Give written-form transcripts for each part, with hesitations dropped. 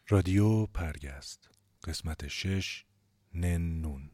رادیو پرگست قسمت 6 نون.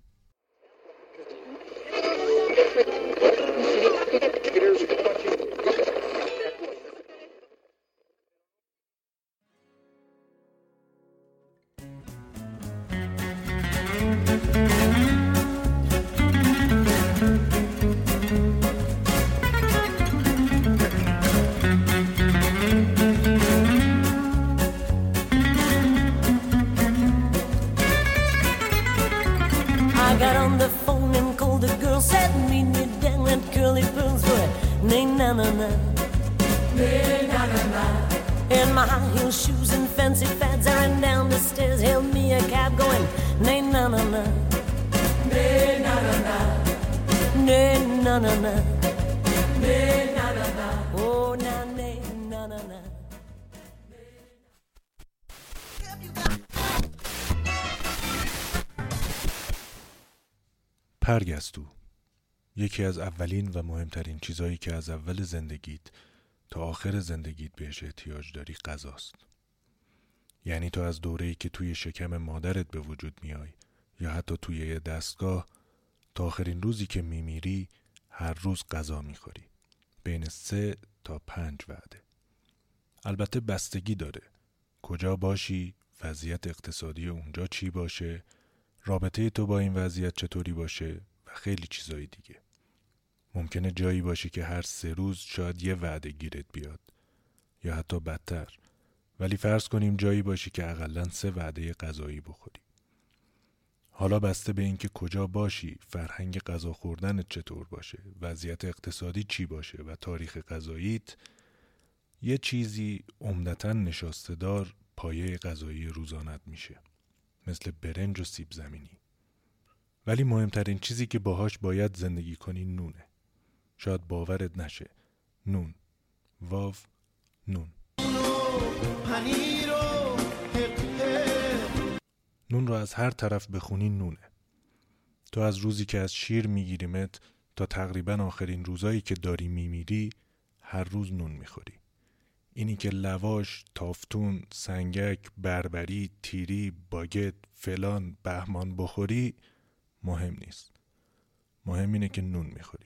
In my high heel shoes and fancy fads, I ran down the stairs, hailed me a cab going, nay na na na, nay na na na, nay na na na, nay na na na, oh na nay na na na. پرگستو یکی از اولین و مهمترین چیزایی که از اول زندگیت تا آخر زندگیت بهش احتیاج داری غذاست. یعنی تو از دوره‌ای که توی شکم مادرت به وجود میای یا حتی توی یه دستگاه تا آخرین روزی که میمیری هر روز غذا میخوری. بین 3 تا 5 وعده. البته بستگی داره کجا باشی، وضعیت اقتصادی اونجا چی باشه، رابطه تو با این وضعیت چطوری باشه و خیلی چیزای دیگه. ممکنه جایی باشی که هر 3 روز شاید یه وعده گیرت بیاد یا حتی بدتر، ولی فرض کنیم جایی باشی که حداقل 3 وعده غذایی بخوری. حالا بسته به اینکه کجا باشی، فرهنگ غذا خوردنت چطور باشه، وضعیت اقتصادی چی باشه و تاریخ غذاییت، یه چیزی عمدتاً نشاسته دار پایه غذایی روزانت میشه، مثل برنج و سیب زمینی. ولی مهمترین چیزی که باهاش باید زندگی کنی نونه. شاید باورت نشه. نون. واو نون. نون رو از هر طرف بخونی نونه. تو از روزی که از شیر میگیریمت تا تقریبا آخرین روزایی که داری میمیری هر روز نون میخوری. اینی که لواش، تافتون، سنگک، بربری، تیری، باگت، فلان، بهمان بخوری مهم نیست. مهم اینه که نون میخوری.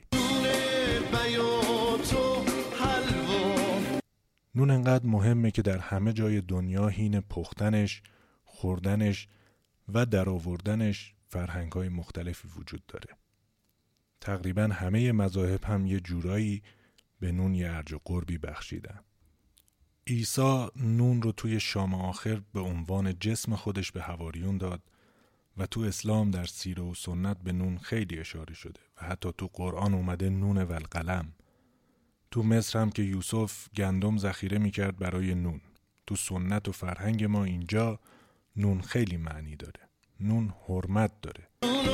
نون انقدر مهمه که در همه جای دنیا حین پختنش، خوردنش و درآوردنش فرهنگ‌های مختلفی وجود داره. تقریبا همه مذاهب هم یه جورایی به نون یه ارج و قربی بخشیدن. عیسی نون رو توی شام آخر به عنوان جسم خودش به حواریون داد و تو اسلام در سیره و سنت به نون خیلی اشاره شده و حتی تو قرآن اومده نون و القلم. تو مصر هم که یوسف گندم ذخیره میکرد برای نون. تو سنت و فرهنگ ما اینجا نون خیلی معنی داره. نون حرمت داره.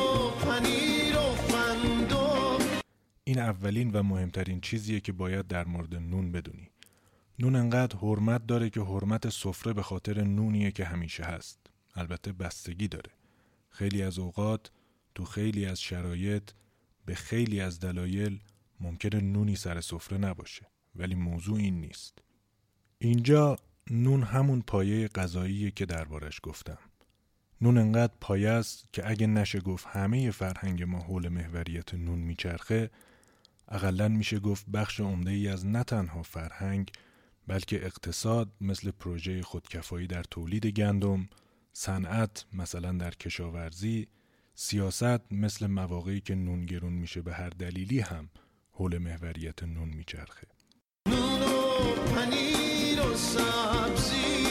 این اولین و مهمترین چیزیه که باید در مورد نون بدونی. نون انقدر حرمت داره که حرمت سفره به خاطر نونیه که همیشه هست. البته بستگی داره. خیلی از اوقات تو خیلی از شرایط به خیلی از دلایل ممکنه نونی سر سفره نباشه، ولی موضوع این نیست. اینجا نون همون پایه غذاییه که دربارش گفتم. نون انقدر پایه است که اگه نشه گفت همه فرهنگ ما حول محوریت نون میچرخه، اقلن میشه گفت بخش عمده‌ای از نه تنها فرهنگ بلکه اقتصاد، مثل پروژه خودکفایی در تولید گندم، صنعت مثلا در کشاورزی، سیاست مثل مواقعی که نون گرون میشه به هر دلیلی هم حول محوریت نون میچرخه. نون و پنیر و سبزی.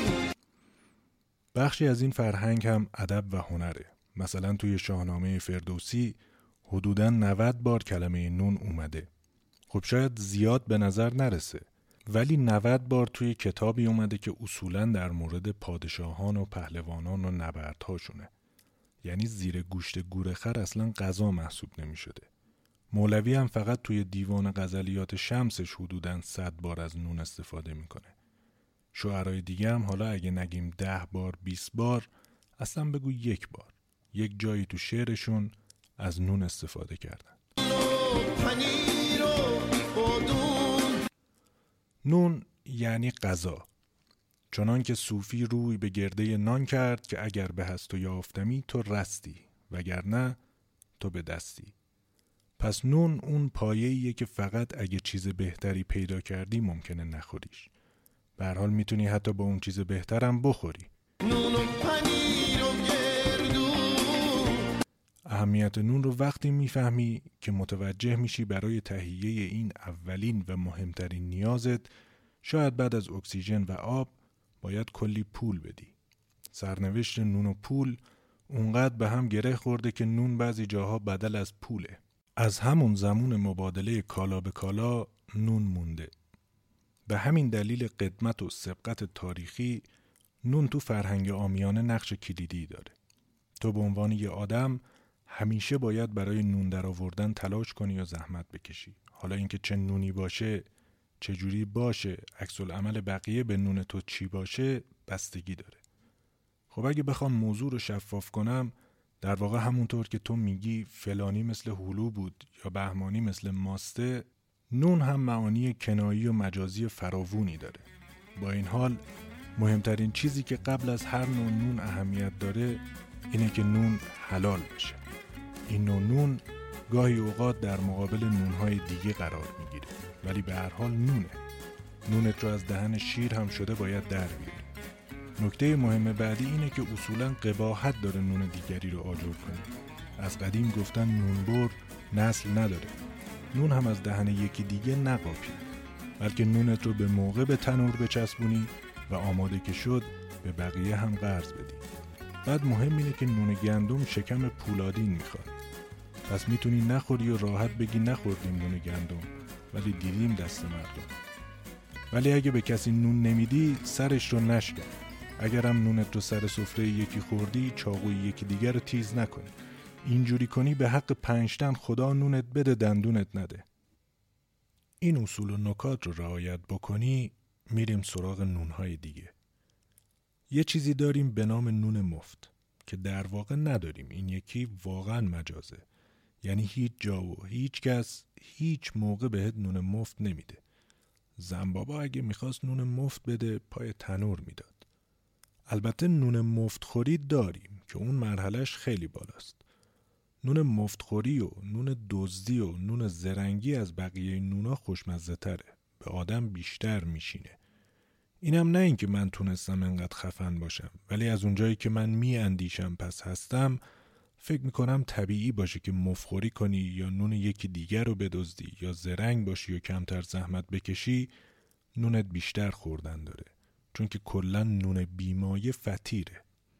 بخشی از این فرهنگ هم ادب و هنره. مثلا توی شاهنامه فردوسی حدوداً 90 بار کلمه نون اومده. خب شاید زیاد به نظر نرسه، ولی 90 بار توی کتابی اومده که اصولاً در مورد پادشاهان و پهلوانان و نبردهاشونه. یعنی زیر گوشت گورخر اصلاً غذا محسوب نمی شده. مولوی هم فقط توی دیوان غزلیات شمسش حدوداً 100 بار از نون استفاده میکنه. شعرهای دیگه هم حالا اگه نگیم 10 بار 20 بار، اصلاً بگو 1 بار، یک جایی تو شعرشون از نون استفاده کردن. نون یعنی غذا. چنان که صوفی روی به گرده نان کرد که اگر به هست و یافتمی تو رستی وگرنه تو به دستی. پس نون اون پایه‌ایه که فقط اگه چیز بهتری پیدا کردی ممکنه نخوریش. به هر حال میتونی حتی با اون چیز بهترم بخوری. نون و پنیر و گردو. اهمیت نون رو وقتی میفهمی که متوجه میشی برای تهیه این اولین و مهمترین نیازت شاید بعد از اکسیژن و آب باید کلی پول بدی. سرنوشت نون و پول اونقدر به هم گره خورده که نون بعضی جاها بدل از پوله. از همون زمان مبادله کالا به کالا نون مونده. به همین دلیل قدمت و سبقت تاریخی نون تو فرهنگ عامیانه نقش کلیدی داره. تو به عنوان یه آدم همیشه باید برای نون در آوردن تلاش کنی و زحمت بکشی. حالا اینکه چه نونی باشه، چه جوری باشه، عکس العمل بقیه به نون تو چی باشه بستگی داره. خب اگه بخوام موضوع رو شفاف کنم، در واقع همونطور که تو میگی فلانی مثل هلو بود یا بهمانی مثل ماسته، نون هم معانی کنایی و مجازی فراوونی داره. با این حال مهمترین چیزی که قبل از هر نوع نون اهمیت داره اینه که نون حلال بشه. این نوع نون گاهی اوقات در مقابل نونهای دیگه قرار میگیره، ولی به هر حال نونه. نونت رو از دهن شیر هم شده باید در بیاری. نکته مهم بعدی اینه که اصولاً قباحت داره نون دیگری رو آجر کنه. از قدیم گفتن نونبر نسل نداره. نون هم از دهن یکی دیگه نقاپی، بلکه نونت رو به موقع به تنور بچسبونی و آماده که شد به بقیه هم قرض بدی. بعد مهم اینه که نون گندم شکم پولادین میخواد. پس میتونی نخوری و راحت بگی نخوردیم نون گندم، ولی دیدیم دست مردم. ولی اگه به کسی نون نمیدی سرش رو نشکن. اگرم نونت رو سر سفره یکی خوردی چاقوی یکی دیگر رو تیز نکنی. اینجوری کنی به حق 5 تن خدا نونت بده دندونت نده. این اصول و نکات رو رعایت بکنی میریم سراغ نونهای دیگه. یه چیزی داریم به نام نون مفت که در واقع نداریم. این یکی واقعا مجازه. یعنی هیچ جا و هیچ کس هیچ موقع بهت نون مفت نمیده. زنبابا اگه میخواست نون مفت بده پای تنور میداد. البته نون مفت خوری داریم که اون مرحلهش خیلی بالاست. نون مفت خوری و نون دزدی و نون زرنگی از بقیه نونا خوشمزه تره. به آدم بیشتر میشینه. اینم نه این که من تونستم انقدر خفن باشم، ولی از اونجایی که من میاندیشم پس هستم، فکر میکنم طبیعی باشه که مفخوری کنی یا نون یکی دیگر رو بدزدی یا زرنگ باشی و کمتر زحمت بکشی، نونت بیشتر خوردن داره. چون که کلا نون بیمایه فطیره.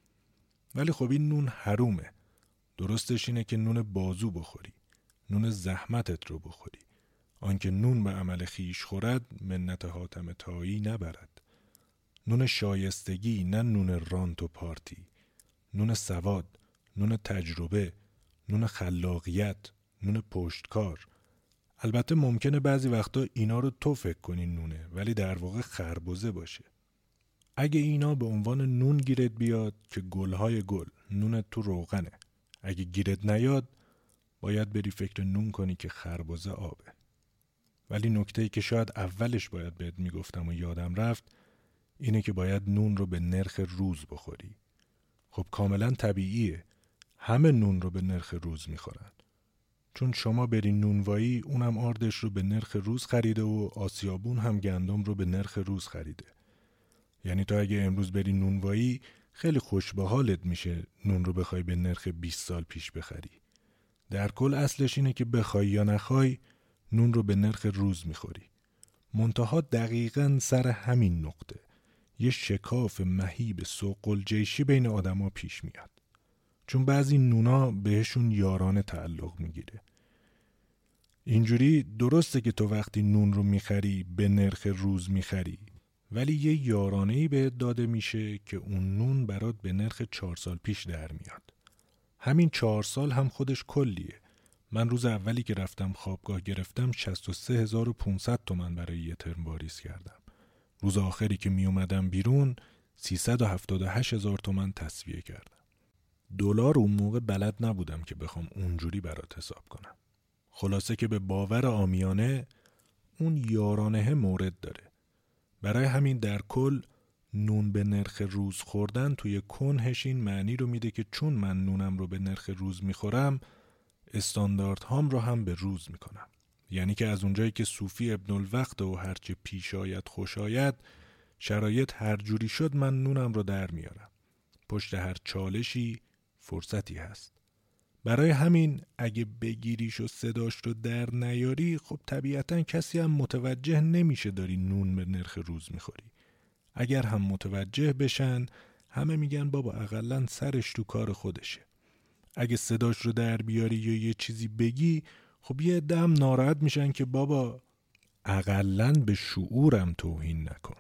ولی خب این نون حرومه. درستش اینه که نون بازو بخوری. نون زحمتت رو بخوری. آنکه نون به عمل خیش خورد منت حاتم طایی نبرد. نون شایستگی، نه نون رانت و پارتی. نون سواد، نون تجربه، نون خلاقیت، نون پشتکار. البته ممکنه بعضی وقتا اینا رو تو فکر کنی نونه، ولی در واقع خربزه باشه. اگه اینا به عنوان نون گیرت بیاد که گلهای گل، نونت تو روغنه. اگه گیرت نیاد باید بری فکر نون کنی که خربزه آبه. ولی نکته‌ای که شاید اولش باید بهت میگفتم و یادم رفت اینه که باید نون رو به نرخ روز بخوری. خب کاملا طبیعیه. همه نون رو به نرخ روز میخورن. چون شما بری نونوایی اونم آردش رو به نرخ روز خریده و آسیابون هم گندم رو به نرخ روز خریده. یعنی تو اگه امروز بری نونوایی خیلی خوش به حالت میشه نون رو بخوای به نرخ 20 سال پیش بخری. در کل اصلش اینه که بخوای یا نخوای نون رو به نرخ روز میخوری. منتها دقیقاً سر همین نقطه یه شکاف مهیب سوق الجیشی بین آدما پیش میاد. چون بعضی نونا بهشون یارانه تعلق میگیره. اینجوری درسته که تو وقتی نون رو میخری به نرخ روز میخری، ولی یه یارانه‌ای بهت داده میشه که اون نون برات به نرخ 4 سال پیش در میاد. همین 4 سال هم خودش کلیه. من روز اولی که رفتم خوابگاه گرفتم 63500 تومان برای یه ترم واریز کردم. روز آخری که می اومدم بیرون 378000 تومان تسویه کردم. دلار اون موقع بلد نبودم که بخوام اونجوری برات حساب کنم. خلاصه که به باور عامیانه اون یارانه مورد داره. برای همین در کل نون به نرخ روز خوردن توی کنهش این معنی رو میده که چون من نونم رو به نرخ روز میخورم استاندارد هام رو هم به روز میکنم. یعنی که از اونجایی که صوفی ابن الوقت و هرچه پیش آید خوش آید، شرایط هر جوری شد من نونم رو در میارم. پشت هر چالشی فرصتی هست. برای همین اگه بگیریش و صداش رو در نیاری، خب طبیعتا کسی هم متوجه نمیشه داری نون به نرخ روز میخوری. اگر هم متوجه بشن همه میگن بابا اقلن سرش تو کار خودشه. اگه صداش رو در بیاری یا یه چیزی بگی، خب یه دم ناراحت میشن که بابا اقلن به شعورم توهین نکن.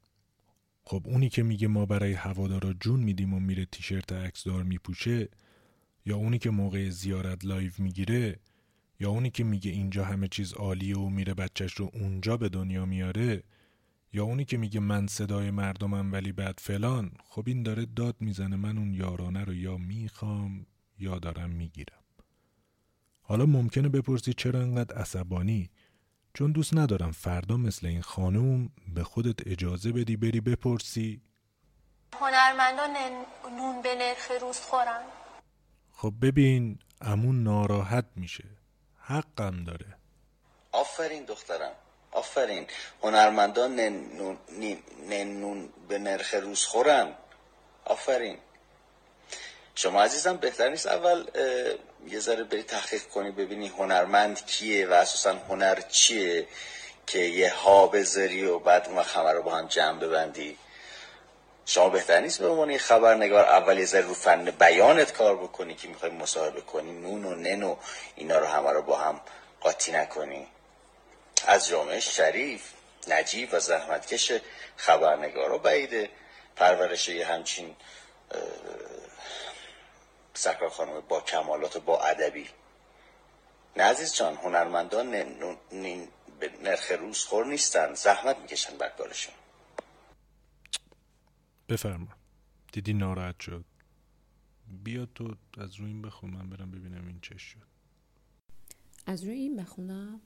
خب اونی که میگه ما برای هوادارا جون میدیم و میره تیشرت عکسدار میپوشه، یا اونی که موقع زیارت لایو میگیره، یا اونی که میگه اینجا همه چیز عالیه و میره بچهش رو اونجا به دنیا میاره، یا اونی که میگه من صدای مردمم ولی بعد فلان، خب این داره داد میزنه من اون یارانه رو یا میخوام یا دارم میگیرم. حالا ممکنه بپرسی چرا انقدر عصبانی؟ چون دوست ندارم فردا مثل این خانوم به خودت اجازه بدی بری بپرسی هنرمندان نون به نرخ روز خورن. خب ببین عمون ناراحت میشه، حقم داره. آفرین دخترم، آفرین. هنرمندان نون به نرخ روز خورن. آفرین. شما عزیزم بهتر نیست اول یه ذره بری تحقیق کنی ببینی هنرمند کیه و اساسا هنر چیه که یه ها بذاری و بعد اون همه رو با هم جمع ببندی؟ شما بهتر نیست به عنوان یه خبرنگار اول یه ذره رو فن بیانت کار بکنی که میخوای مصاحبه کنی، نون و نن و اینا رو همه رو با هم قاطی نکنی؟ از جامعه شریف، نجیب و زحمتکش خبرنگارا بعیده پرورش یه همچین سرکار خانم با کمالات و با ادبی. نه عزیز جان، هنرمندان به نرخ روزخور نیستن، زحمت میکشن بر کارشون. بفرما. دیدی ناراحت شد؟ بیا تو از روی این بخون من برم ببینم این چه شد. از روی این بخونم؟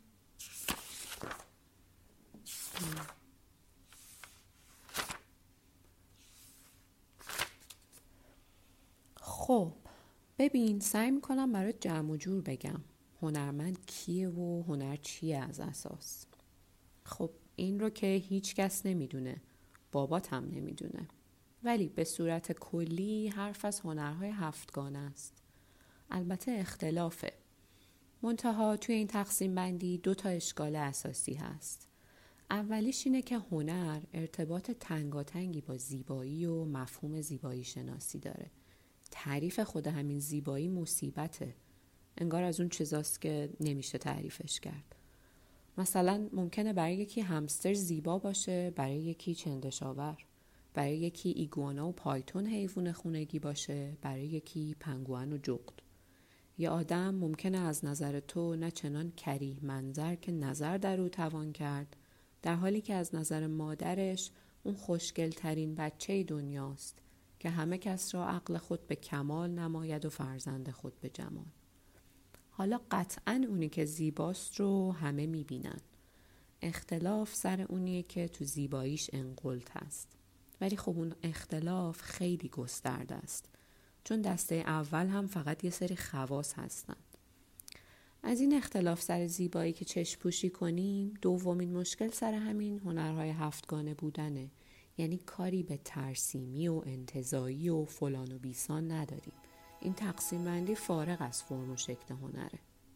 خب ببین، سعی میکنم برای جمع و جور بگم هنرمند کیه و هنر چیه از اساس. خب این رو که هیچ کس نمیدونه، بابات هم نمیدونه، ولی به صورت کلی حرف از هنرهای هفتگانه است. البته اختلافه. منتها توی این تقسیم بندی 2 اشکال اساسی هست. اولیش اینه که هنر ارتباط تنگاتنگی با زیبایی و مفهوم زیبایی شناسی داره. تعریف خود همین زیبایی مصیبته. انگار از اون چیزاست که نمیشه تعریفش کرد. مثلا ممکنه برای یکی همستر زیبا باشه، برای یکی چندشاور، برای یکی ایگوانا و پایتون حیوان خونگی باشه، برای یکی پنگوئن و جغد. یه آدم ممکنه از نظر تو نه چنان کریه منظر که نظر در او توان کرد، در حالی که از نظر مادرش اون خوشگل ترین بچه دنیاست که همه کس را عقل خود به کمال نماید و فرزند خود به جمال. حالا قطعاً اونی که زیباست رو همه میبینن. اختلاف سر اونیه که تو زیباییش انقلت هست. ولی خب اون اختلاف خیلی گسترده است. چون دسته اول هم فقط یه سری خواص هستن. از این اختلاف سر زیبایی که چشم پوشی کنیم، دومین مشکل سر همین هنرهای هفتگانه بودنه. یعنی کاری به ترسیمی و انتزاعی و فلان و بیسان نداریم. این تقسیم بندی فارغ از فرم و شکل هنره.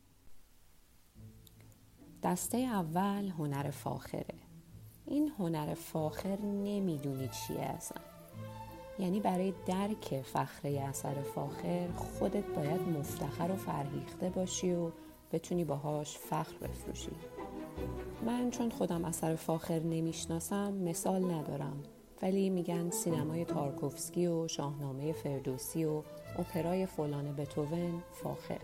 دسته اول هنر فاخره. این هنر فاخر نمیدونی چیه اصلا. یعنی برای درک فخره اثر فاخر خودت باید مفتخر و فرهیخته باشی و بتونی باهاش فخر بفروشی. من چون خودم اثر فاخر نمیشناسم مثال ندارم، ولی میگن سینمای تارکوفسکی و شاهنامه فردوسی و اپرای فلان بتوون فاخره.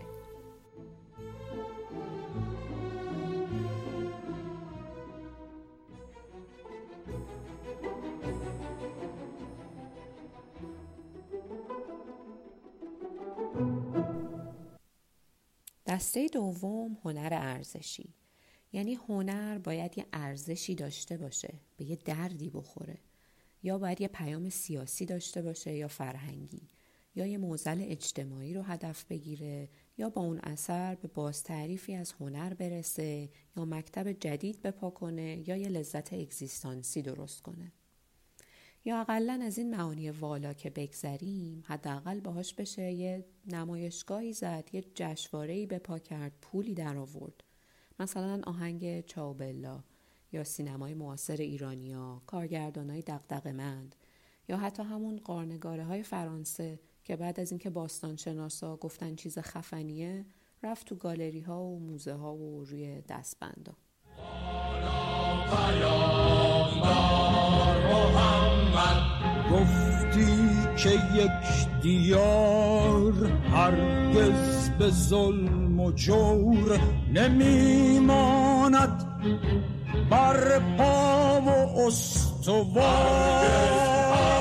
دسته دوم هنر ارزشی. یعنی هنر باید یه ارزشی داشته باشه، به یه دردی بخوره. یا باید یه پیام سیاسی داشته باشه یا فرهنگی، یا یه معضل اجتماعی رو هدف بگیره، یا با اون اثر به بازتعریفی از هنر برسه، یا مکتب جدید بپا کنه، یا یه لذت اگزیستانسی درست کنه. یا اقلن از این معانی والا که بگذریم، حداقل باهاش بشه یه نمایشگاهی زد، یه جشنواره‌ای بپا کرد، پولی در آورد. مثلا آهنگ چاوبلا، یا سینمای معاصر ایرانیا، کارگردانای دغدغه‌مند، یا حتی همون غارنگاره‌های فرانسه که بعد از اینکه باستانشناسا گفتن چیز خفنیه، رفت تو گالری‌ها و موزه‌ها و روی دستبندا. گفتی که یک دیار هرگز به ظلم و جور نمیماند بر پا و استوار.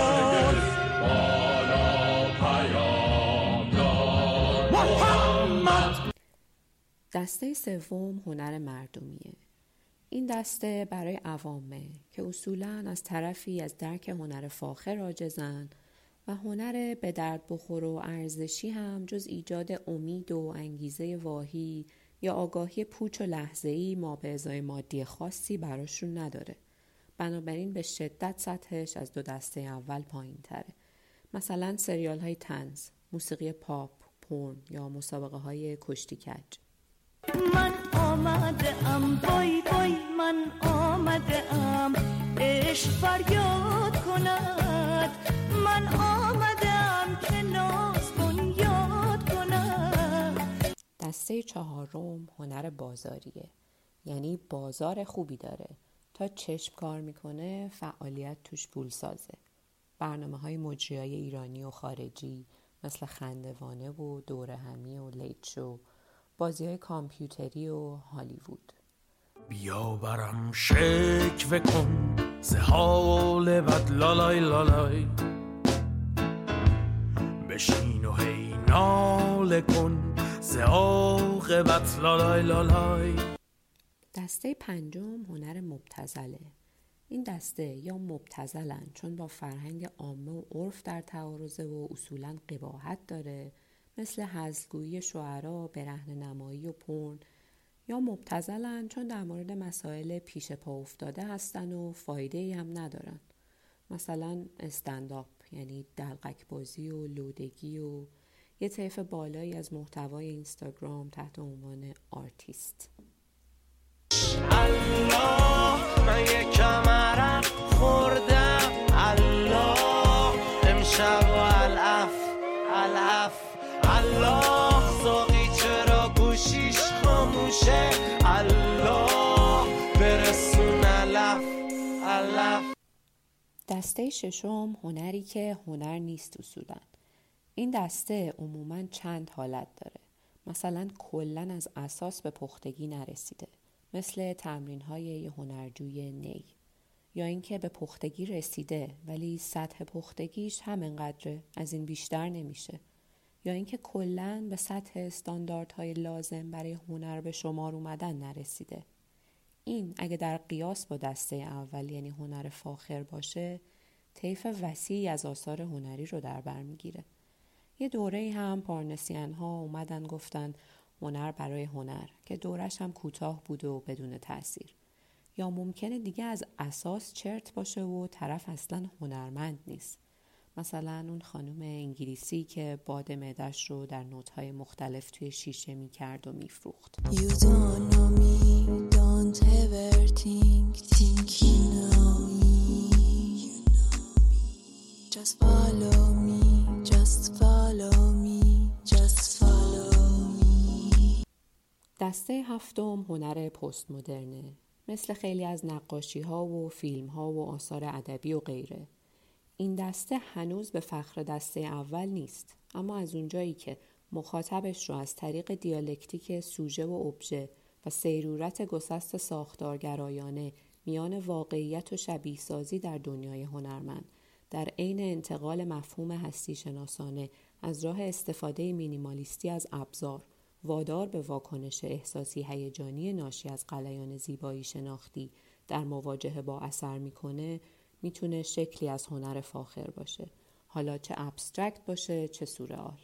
دسته سوم هنر مردمیه. این دسته برای عوامه که اصولاً از طرفی از درک هنر فاخر عاجزن و هنر به درد بخور و ارزشی هم جز ایجاد امید و انگیزه واهی یا آگاهی پوچ و لحظه‌ای ما به ازای مادی خاصی براشون نداره. بنابراین به شدت سطحش از دو دسته اول پایین تره. مثلا سریال های طنز، موسیقی پاپ، پورن یا مسابقه های کشتی کج. من آمده ام بای بای، من آمده ام عشق فریاد کند، من آمده ام که ناز بنیاد کند. دسته چهارم هنر بازاریه، یعنی بازار خوبی داره، تا چشم کار میکنه فعالیت توش پول سازه. برنامه‌های مجریای ایرانی و خارجی مثل خندوانه و دوره همی و لیت شو، بازی‌های کامپیوتری و هالیوود. بیا برم شکوه کن ز حال بد لالای لالای، بشین و هی ناله کن ز عاقبت لالای لالای. دسته پنجم هنر مبتذله. این دسته یا مبتذلن چون با فرهنگ عامه و عرف در تعارضه و اصولاً قباحت داره، مثل هزلگویی شعرا، برهنه نمایی و پورن، یا مبتذلن چون در مورد مسائل پیش پا افتاده هستن و فایده‌ای هم ندارن، مثلا استنداپ یعنی دلقک بازی و لودگی و یه طیف بالایی از محتوای اینستاگرام تحت عنوان آرتیست. الله من یک کمرم خوردم، الله امشب و العف الله زاقی چرا گوشیش خاموشه، الله برسون علف. دسته ششم هنری که هنر نیست اصولاً. این دسته عموماً چند حالت داره. مثلا کلاً از اساس به پختگی نرسیده، مثل تمرین‌های یه هنرجوی نی، یا اینکه به پختگی رسیده ولی سطح پختگیش همینقدره، از این بیشتر نمیشه، یا اینکه کلاً به سطح استانداردهای لازم برای هنر به شمار اومدن نرسیده. این اگه در قیاس با دسته اول یعنی هنر فاخر باشه، طیف وسیعی از آثار هنری رو در بر میگیره. یه دوره‌ای هم پارنسیان‌ها اومدن گفتن هنر برای هنر، که دورش هم کوتاه بود و بدون تأثیر. یا ممکنه دیگه از اساس چرت باشه و طرف اصلا هنرمند نیست، مثلا اون خانم انگلیسی که باد معده‌اش رو در نوت‌های مختلف توی شیشه می‌کرد و می‌فروخت. You don't know me, don't ever think you know me. Just follow me, just follow me, just follow me. دسته هفتم هنر پست مدرنه، مثل خیلی از نقاشی‌ها و فیلم‌ها و آثار ادبی و غیره. این دسته هنوز به فخر دسته اول نیست، اما از اونجایی که مخاطبش رو از طریق دیالکتیک سوژه و ابژه و سیرورت گسست ساختارگرایانه میان واقعیت و شبیه سازی در دنیای هنرمند در عین انتقال مفهوم هستی شناسانه از راه استفاده مینیمالیستی از ابزار وادار به واکنش احساسی هیجانی ناشی از غلیان زیبایی شناختی در مواجهه با اثر میکنه، میتونه شکلی از هنر فاخر باشه، حالا چه ابسترکت باشه چه سورئال.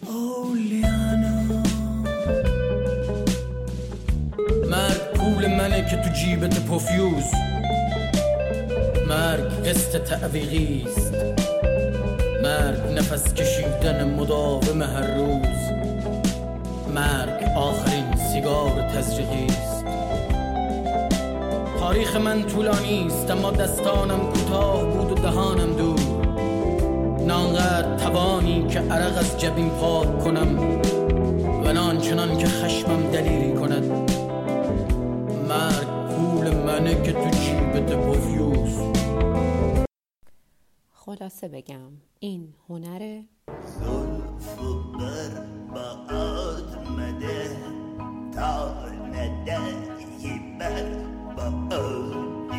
مرگ پول منه که تو جیبت پوفیوز، مرگ قسط تعویقیست، مرگ نفس کشیدن مداوم هر روز، مرگ آخرین سیگار تزریقیست. تاریخ من طولانیست اما دستانم کوتاه بود و دهانم دور، نانقدر توانی که عرق از جبین پاک کنم و نان چنان که خشمم دلیلی کند. مرگ پول منه که تو جیبت پوفیوز. خلاصه بگم این هنره. زلف و برباد مده تا ندهی برباد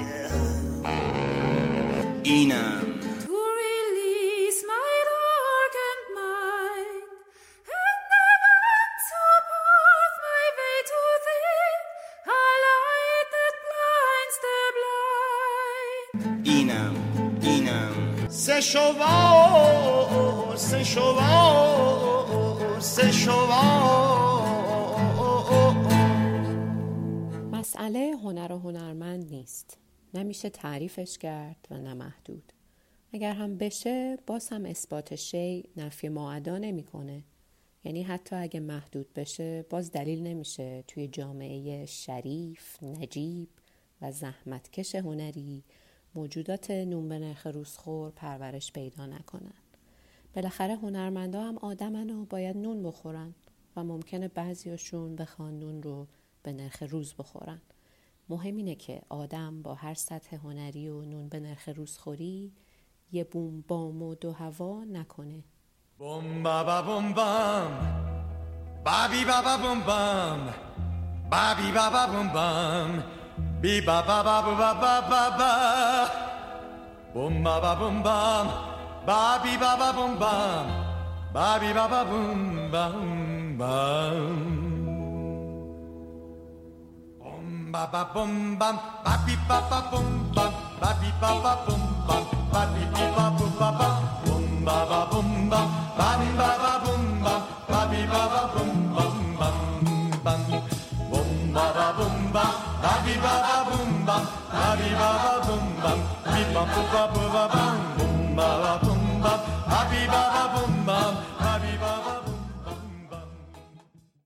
اینم C'est chauvin, c'est chauvin, c'est chauvin. مسئله هنر و هنرمند نیست. نمیشه تعریفش کرد و نه محدود. اگر هم بشه باز هم اثبات شی نفی معدا نمیکنه. یعنی حتی اگه محدود بشه باز دلیل نمیشه توی جامعه شریف، نجیب و زحمتکش هنری موجودات نون به نرخ روزخور پرورش پیدا نکنن. بالاخره هنرمندا هم آدمن و باید نون بخورن و ممکنه بعضیاشون بخوان نون رو به نرخ روز بخورن. مهم اینه که آدم با هر سطح هنری و نون به نرخ روزخوری یه بوم بام و دو هوا نکنه. بوم بابا بوم بام بابی بابا بوم بام بابی بابا بوم بام بی بابا بابا بابا بابا بوم بابا بوم بام بابی بابا بوم بام بابی بابا بوم بام بام بوم بابا بوم بام بابی بابا بوم بام بابی بابا بوم بام بابی بابا بوم بام بوم بابا بوم بام بابی بابا